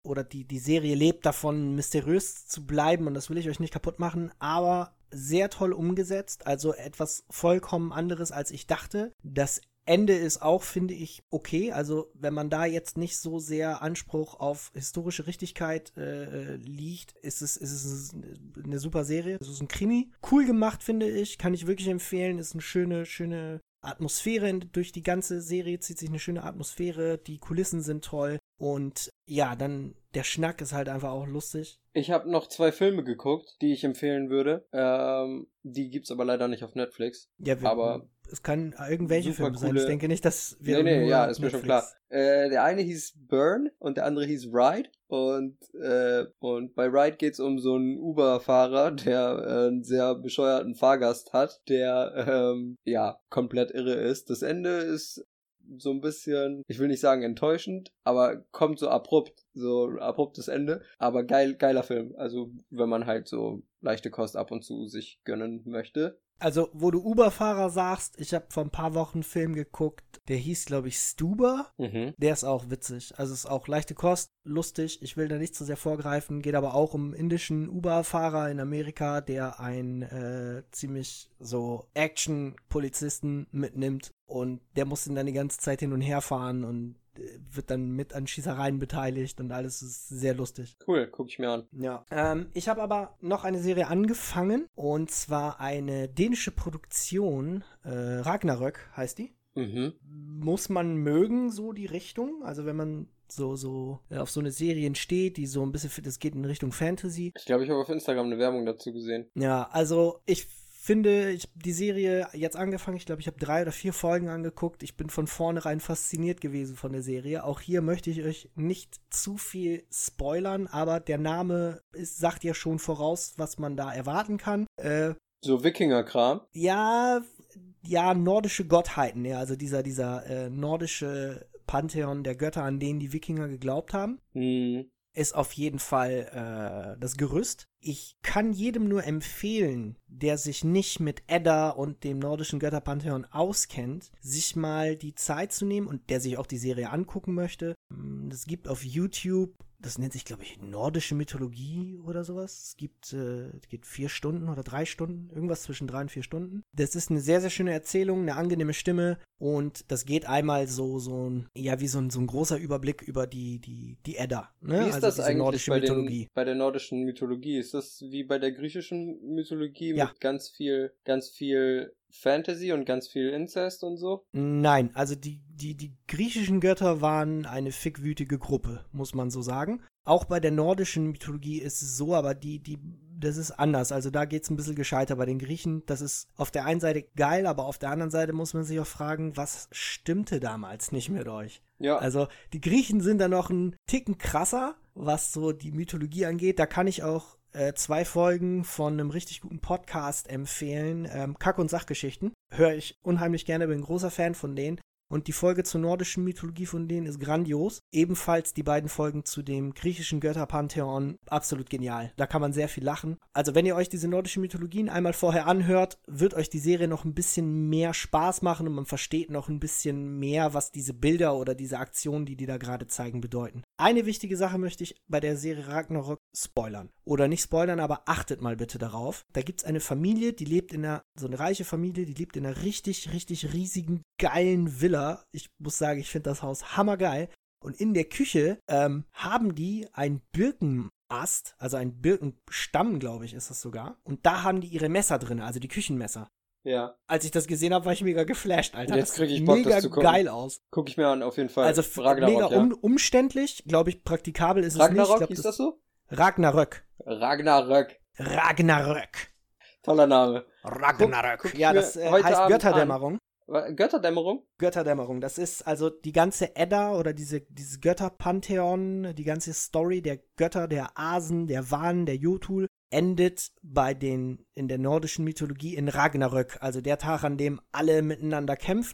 oder die, die Serie lebt davon, mysteriös zu bleiben und das will ich euch nicht kaputt machen, aber sehr toll umgesetzt, also etwas vollkommen anderes, als ich dachte. Das Ende ist auch, finde ich, okay. Also wenn man da jetzt nicht so sehr Anspruch auf historische Richtigkeit äh, liegt, ist es, ist es eine super Serie. Es ist ein Krimi. Cool gemacht, finde ich. Kann ich wirklich empfehlen. Ist eine schöne, schöne Atmosphäre. Durch die ganze Serie zieht sich eine schöne Atmosphäre. Die Kulissen sind toll. Und ja, dann der Schnack ist halt einfach auch lustig. Ich habe noch zwei Filme geguckt, die ich empfehlen würde. Ähm, die gibt's aber leider nicht auf Netflix. Ja, wir, aber es kann irgendwelche super Filme sein. coole- Ich denke nicht, dass wir Nee, nee, nur ja, ist mir schon klar. Netflix- Äh, der eine hieß Burn und der andere hieß Ride. Und, äh, und bei Ride geht's um so einen Uber-Fahrer, der äh, einen sehr bescheuerten Fahrgast hat, der, ähm, ja, komplett irre ist. Das Ende ist so ein bisschen, ich will nicht sagen enttäuschend, aber kommt so abrupt, so ein abruptes Ende. Aber geil, geiler Film. Also, wenn man halt so leichte Kost ab und zu sich gönnen möchte. Also, wo du Uber-Fahrer sagst, ich habe vor ein paar Wochen einen Film geguckt, der hieß, glaube ich, Stuber. Mhm. Der ist auch witzig. Also, ist auch leichte Kost, lustig. Ich will da nicht zu sehr vorgreifen. Geht aber auch um einen indischen Uber-Fahrer in Amerika, der einen äh, ziemlich so Action-Polizisten mitnimmt. Und der muss ihn dann die ganze Zeit hin und her fahren und äh, wird dann mit an Schießereien beteiligt und alles ist sehr lustig. Cool, guck ich mir an. Ja. Ähm, ich habe aber noch eine Serie angefangen und zwar eine dänische Produktion, äh, Ragnarök heißt die. Mhm. Muss man mögen, so die Richtung. Also wenn man so, so äh, auf so eine Serien steht, die so ein bisschen, das geht in Richtung Fantasy. Ich glaube, ich habe auf Instagram eine Werbung dazu gesehen. Ja, also ich finde, ich die Serie jetzt angefangen, ich glaube, ich habe drei oder vier Folgen angeguckt. Ich bin von vornherein fasziniert gewesen von der Serie. Auch hier möchte ich euch nicht zu viel spoilern, aber der Name ist, sagt ja schon voraus, was man da erwarten kann. Äh, So Wikinger-Kram. ja, ja, nordische Gottheiten, ja, also dieser, dieser äh, nordische Pantheon der Götter, an denen die Wikinger geglaubt haben. Mhm. Ist auf jeden Fall äh, das Gerüst. Ich kann jedem nur empfehlen, der sich nicht mit Edda und dem nordischen Götterpantheon auskennt, sich mal die Zeit zu nehmen und der sich auch die Serie angucken möchte. Es gibt auf YouTube, das nennt sich, glaube ich, nordische Mythologie oder sowas. Es gibt, äh, geht vier Stunden oder drei Stunden, irgendwas zwischen drei und vier Stunden. Das ist eine sehr, sehr schöne Erzählung, eine angenehme Stimme und das geht einmal so, so ein, ja, wie so ein, so ein großer Überblick über die, die, die Edda. Ne? Wie ist also das diese eigentlich nordische bei, Mythologie. den, bei der nordischen Mythologie? Ist das wie bei der griechischen Mythologie Ja. mit ganz viel, ganz viel Fantasy und ganz viel Inzest und so? Nein, also die, die, die griechischen Götter waren eine fickwütige Gruppe, muss man so sagen. Auch bei der nordischen Mythologie ist es so, aber die, die, das ist anders. Also da geht's ein bisschen gescheiter bei den Griechen. Das ist auf der einen Seite geil, aber auf der anderen Seite muss man sich auch fragen, was stimmte damals nicht mit euch? Ja. Also die Griechen sind da noch einen Ticken krasser, was so die Mythologie angeht. Da kann ich auch äh, zwei Folgen von einem richtig guten Podcast empfehlen. Ähm, Kack- und Sachgeschichten. Höre ich unheimlich gerne, bin ein großer Fan von denen. Und die Folge zur nordischen Mythologie von denen ist grandios. Ebenfalls die beiden Folgen zu dem griechischen Götterpantheon, absolut genial. Da kann man sehr viel lachen. Also wenn ihr euch diese nordischen Mythologien einmal vorher anhört, wird euch die Serie noch ein bisschen mehr Spaß machen und man versteht noch ein bisschen mehr, was diese Bilder oder diese Aktionen, die die da gerade zeigen, bedeuten. Eine wichtige Sache möchte ich bei der Serie Ragnarök spoilern. Oder nicht spoilern, aber achtet mal bitte darauf. Da gibt's eine Familie, die lebt in einer, so eine reiche Familie, die lebt in einer richtig, richtig riesigen, geilen Villa. Ich muss sagen, ich finde das Haus hammergeil. Und in der Küche ähm, haben die einen Birkenast, also einen Birkenstamm, glaube ich, ist das sogar. Und da haben die ihre Messer drin, also die Küchenmesser. Ja. Als ich das gesehen habe, war ich mega geflasht, Alter. Jetzt Das krieg ich sieht Bock, mega das zu gucken. geil aus. Guck ich mir an, auf jeden Fall. Also f- Ragnarok, mega ja. um, umständlich, glaube ich, praktikabel ist es Ragnarok, nicht. Ich glaub, hieß das so? Ragnarök. Ragnarök. Ragnarök. Toller Name. Ragnarök. Guck- guck ja, ich mir das äh, heute heißt Abend Götterdämmerung. Wa- Götterdämmerung? Götterdämmerung. Das ist also die ganze Edda oder diese, dieses Götterpantheon, die ganze Story der Götter, der Asen, der Wanen, der Jotul, endet bei den, in der nordischen Mythologie in Ragnarök. Also der Tag, an dem alle miteinander kämpfen,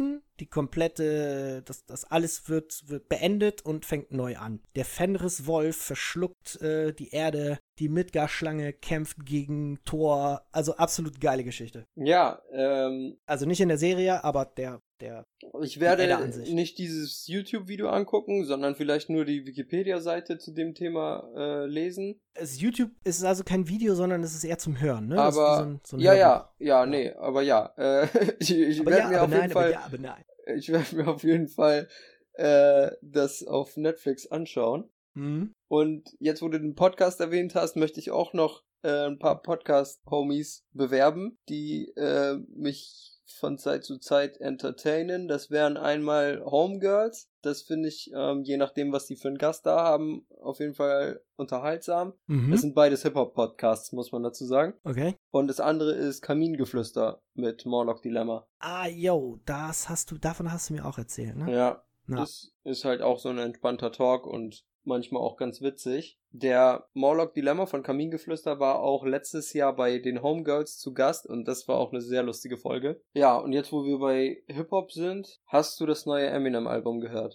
die komplette, das, das alles wird, wird beendet und fängt neu an. Der Fenris-Wolf verschluckt äh, die Erde, die Midgar-Schlange kämpft gegen Thor, also absolut geile Geschichte. Ja, ähm. Also nicht in der Serie, aber der, der. Ich werde nicht dieses YouTube-Video angucken, sondern vielleicht nur die Wikipedia-Seite zu dem Thema äh, lesen. Das YouTube ist also kein Video, sondern es ist eher zum Hören, ne? Aber, so ein, so ein ja, Hörbuch. ja, ja, nee, aber ja. Äh, ich ich aber werde ja, mir aber auf nein, jeden Fall. Ja, aber nein. Ich werde mir auf jeden Fall äh, das auf Netflix anschauen. Mhm. Und jetzt, wo du den Podcast erwähnt hast, möchte ich auch noch äh, ein paar Podcast-Homies bewerben, die äh, mich von Zeit zu Zeit entertainen. Das wären einmal Homegirls. Das finde ich, ähm, je nachdem, was die für einen Gast da haben, auf jeden Fall unterhaltsam. Mhm. Das sind beides Hip-Hop-Podcasts, muss man dazu sagen. Okay. Und das andere ist Kamingeflüster mit Morlock Dilemma. Ah, yo, das hast du, davon hast du mir auch erzählt, ne? Ja, ja. Das ist halt auch so ein entspannter Talk und manchmal auch ganz witzig. Der Morlock Dilemma von Kamingeflüster war auch letztes Jahr bei den Homegirls zu Gast und das war auch eine sehr lustige Folge. Ja, und jetzt, wo wir bei Hip-Hop sind, hast du das neue Eminem-Album gehört?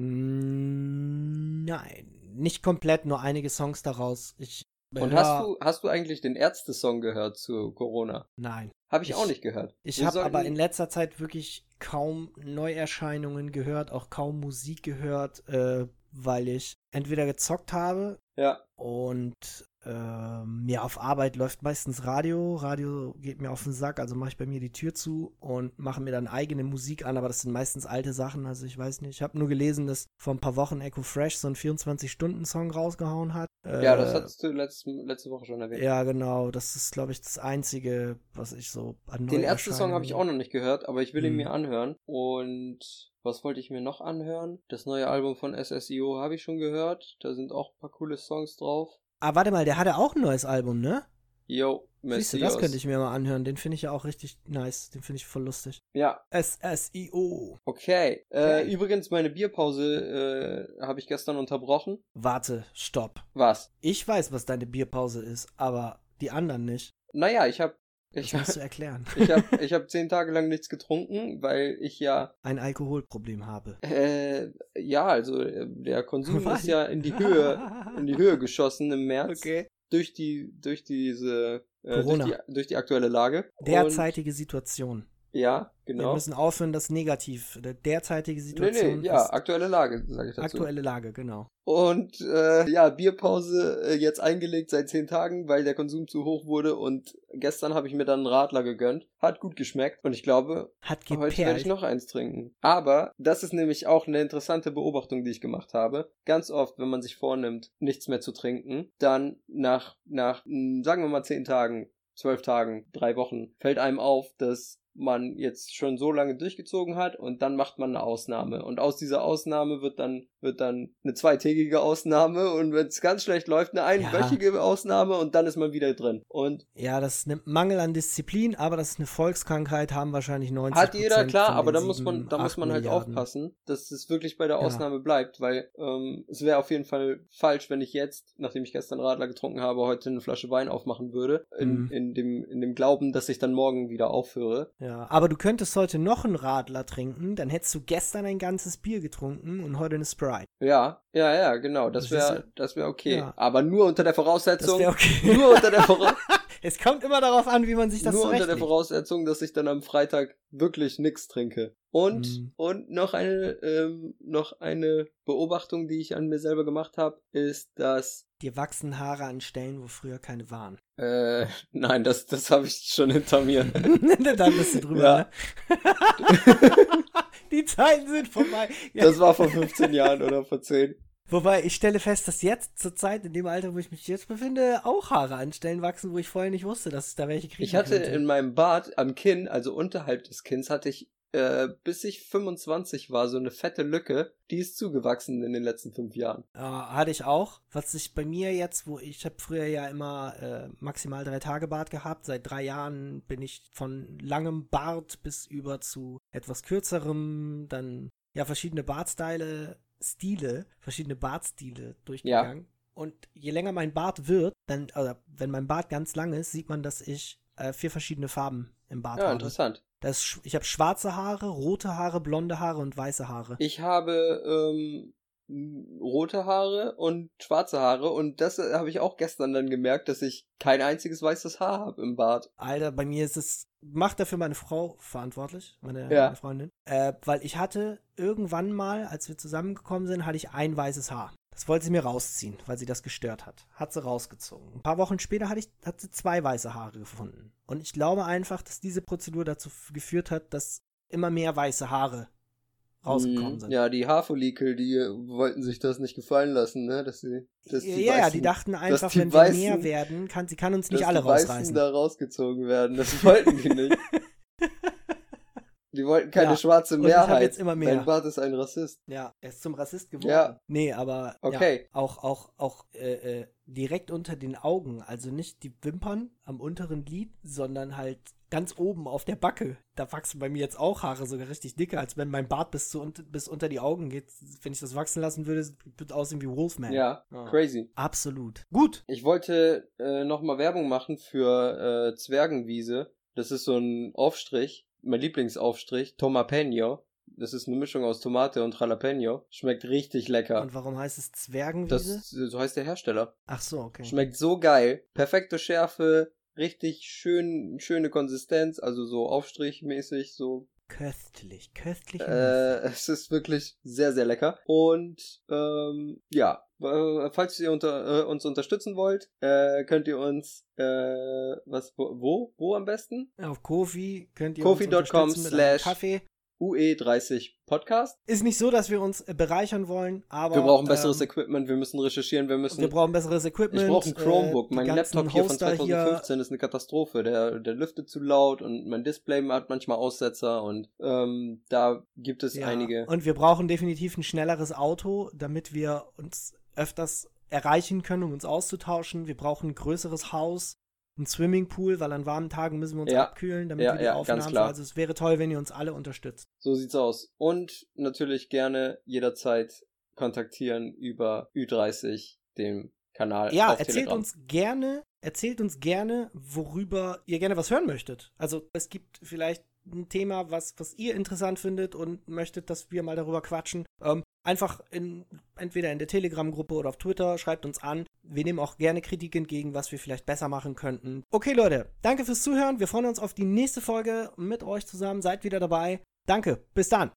Nein, nicht komplett, nur einige Songs daraus. Ich Und hör... hast du hast du eigentlich den Ärzte-Song gehört zu Corona? Nein. Habe ich, ich auch nicht gehört. Ich habe aber in letzter Zeit wirklich kaum Neuerscheinungen gehört, auch kaum Musik gehört, äh, weil ich entweder gezockt habe ja. und ähm, ja, auf Arbeit läuft meistens Radio. Radio geht mir auf den Sack, also mache ich bei mir die Tür zu und mache mir dann eigene Musik an, aber das sind meistens alte Sachen, also ich weiß nicht. Ich habe nur gelesen, dass vor ein paar Wochen Echo Fresh so einen vierundzwanzig-Stunden-Song rausgehauen hat. Ja, äh, das hattest du letzte, letzte Woche schon erwähnt. Ja, genau, das ist, glaube ich, das Einzige, was ich so an Den ersten Song habe ich auch noch nicht gehört, aber ich will hm. ihn mir anhören. Und was wollte ich mir noch anhören? Das neue Album von S S I O habe ich schon gehört. Da sind auch ein paar coole Songs drauf. Ah, warte mal, der hatte auch ein neues Album, ne? Yo, Siehst du, das könnte ich mir mal anhören. Den finde ich ja auch richtig nice. Den finde ich voll lustig. Ja. S S I O. Okay. Äh, übrigens, meine Bierpause äh, habe ich gestern unterbrochen. Warte, stopp. Was? Ich weiß, was deine Bierpause ist, aber die anderen nicht. Naja, ich habe Ich das musst du erklären. ich habe ich hab zehn Tage lang nichts getrunken, weil ich ja ein Alkoholproblem habe. Äh, ja, also der Konsum Was? ist ja in die Höhe, in die Höhe geschossen im März. Okay. Durch die, durch diese, äh, Corona. Durch, die, durch die aktuelle Lage. Derzeitige Und, Situation. Ja, genau. Wir müssen aufhören, das Negativ. Der derzeitige Situation. Nee, nee, ja, aktuelle Lage, sage ich dazu. Aktuelle Lage, genau. Und äh, ja, Bierpause äh, jetzt eingelegt seit zehn Tagen, weil der Konsum zu hoch wurde. Und gestern habe ich mir dann einen Radler gegönnt. Hat gut geschmeckt. Und ich glaube, Hat heute werde ich noch eins trinken. Aber das ist nämlich auch eine interessante Beobachtung, die ich gemacht habe. Ganz oft, wenn man sich vornimmt, nichts mehr zu trinken, dann nach, nach mh, sagen wir mal zehn Tagen, zwölf Tagen, drei Wochen, fällt einem auf, dass man jetzt schon so lange durchgezogen hat und dann macht man eine Ausnahme. Und aus dieser Ausnahme wird dann wird dann eine zweitägige Ausnahme und wenn es ganz schlecht läuft, eine einwöchige ja. Ausnahme und dann ist man wieder drin. Und ja, das ist ein Mangel an Disziplin, aber das ist eine Volkskrankheit, haben wahrscheinlich neunzig Prozent. Hat jeder, klar, aber da muss sieben, man da muss man halt Milliarden. aufpassen, dass es wirklich bei der Ausnahme ja. bleibt, weil ähm, es wäre auf jeden Fall falsch, wenn ich jetzt, nachdem ich gestern Radler getrunken habe, heute eine Flasche Wein aufmachen würde, in, mhm. in, dem, in dem Glauben, dass ich dann morgen wieder aufhöre. Ja, aber du könntest heute noch einen Radler trinken, dann hättest du gestern ein ganzes Bier getrunken und heute eine Sprite. Ja, ja, ja, genau, das wäre das wäre okay. Ja. Aber nur unter der Voraussetzung, das okay. nur unter der Voraussetzung, es kommt immer darauf an, wie man sich das nur unter der zurechtlegt. Voraussetzung, dass ich dann am Freitag wirklich nichts trinke. Und Mhm. und noch eine ähm, noch eine Beobachtung, die ich an mir selber gemacht habe, ist, dass Dir wachsen Haare an Stellen, wo früher keine waren. äh, nein, das das habe ich schon hinter mir. Dann bist du drüber, Ja. ne? Die Zeiten sind vorbei. Ja. Das war vor fünfzehn Jahren oder vor zehn. Wobei, ich stelle fest, dass jetzt zur Zeit, in dem Alter, wo ich mich jetzt befinde, auch Haare an Stellen wachsen, wo ich vorher nicht wusste, dass es da welche kriegen Ich hatte könnte. in meinem Bart am Kinn, also unterhalb des Kinns, hatte ich äh, bis ich fünfundzwanzig war, so eine fette Lücke, die ist zugewachsen in den letzten fünf Jahren. Ja, hatte ich auch. Was sich bei mir jetzt, wo ich habe früher ja immer äh, maximal drei Tage Bart gehabt. Seit drei Jahren bin ich von langem Bart bis über zu etwas kürzerem, dann ja verschiedene Bartstyle, Stile, verschiedene Bartstile durchgegangen. Ja. Und je länger mein Bart wird, dann, also wenn mein Bart ganz lang ist, sieht man, dass ich äh, vier verschiedene Farben im Bart ja, habe. Ja, interessant. Das ist, ich habe schwarze Haare, rote Haare, blonde Haare und weiße Haare. Ich habe ähm, rote Haare und schwarze Haare und das äh, habe ich auch gestern dann gemerkt, dass ich kein einziges weißes Haar habe im Bart. Alter, bei mir ist es, macht dafür meine Frau verantwortlich, meine, Ja. meine Freundin. Äh, weil ich hatte irgendwann mal, als wir zusammengekommen sind, hatte ich ein weißes Haar. Das wollte sie mir rausziehen, weil sie das gestört hat. Hat sie rausgezogen. Ein paar Wochen später hatte ich, hat sie zwei weiße Haare gefunden. Und ich glaube einfach, dass diese Prozedur dazu f- geführt hat, dass immer mehr weiße Haare rausgekommen sind. Ja, die Haarfollikel, die wollten sich das nicht gefallen lassen, ne? Dass sie, dass die ja, ja, weißen, die dachten einfach, die wenn wir weißen- mehr werden, kann, sie kann uns nicht dass alle die Weißen rausreißen. da rausgezogen werden. Das wollten die nicht. Die wollten keine Ja, schwarze und ich hab Mehrheit. jetzt immer mehr. Mein Bart ist ein Rassist. Ja, er ist zum Rassist geworden. Ja. Nee, aber Okay. ja, auch, auch, auch äh, äh, direkt unter den Augen. Also nicht die Wimpern am unteren Lid, sondern halt ganz oben auf der Backe. Da wachsen bei mir jetzt auch Haare sogar richtig dicke, als wenn mein Bart bis, zu, un- bis unter die Augen geht. Wenn ich das wachsen lassen würde, würde aussehen wie Wolfman. Ja, Ja. crazy. Absolut. Gut. Ich wollte äh, nochmal Werbung machen für äh, Zwergenwiese. Das ist so ein Aufstrich, mein Lieblingsaufstrich, Tomapeño. Das ist eine Mischung aus Tomate und Jalapeno. Schmeckt richtig lecker. Und warum heißt es Zwergenwiese? Das, so heißt der Hersteller. Ach so, okay. Schmeckt so geil. Perfekte Schärfe, richtig schön, schöne Konsistenz, also so aufstrichmäßig, so. Köstlich, köstlich. Äh, es ist wirklich sehr, sehr lecker. Und ähm, ja, äh, falls ihr unter, äh, uns unterstützen wollt, äh, könnt ihr uns äh, was wo, wo wo am besten? Auf Kofi könnt ihr Kofi uns dot com unterstützen mit einem slash Kaffee. U E dreißig Podcast. Ist nicht so, dass wir uns äh, bereichern wollen, aber Wir brauchen besseres ähm, Equipment, wir müssen recherchieren, wir müssen wir brauchen besseres Equipment. Ich brauche ein Chromebook. äh, die mein ganzen Laptop hier von Hoster zwanzig fünfzehn ist eine Katastrophe. Der, der lüftet zu laut und mein Display hat manchmal Aussetzer und ähm, da gibt es Ja, einige. und wir brauchen definitiv ein schnelleres Auto, damit wir uns öfters erreichen können, um uns auszutauschen. Wir brauchen ein größeres Haus, ein Swimmingpool, weil an warmen Tagen müssen wir uns Ja. abkühlen, damit Ja, wir die ja, ganz Aufnahmen klar. Also es wäre toll, wenn ihr uns alle unterstützt. So sieht's aus. Und natürlich gerne jederzeit kontaktieren über Ü dreißig, dem Kanal Ja, auf erzählt Telegram. uns gerne, erzählt uns gerne, worüber ihr gerne was hören möchtet. Also es gibt vielleicht ein Thema, was, was ihr interessant findet und möchtet, dass wir mal darüber quatschen. Ähm, einfach in, entweder in der Telegram-Gruppe oder auf Twitter, schreibt uns an. Wir nehmen auch gerne Kritik entgegen, was wir vielleicht besser machen könnten. Okay, Leute, danke fürs Zuhören. Wir freuen uns auf die nächste Folge mit euch zusammen. Seid wieder dabei. Danke, bis dann.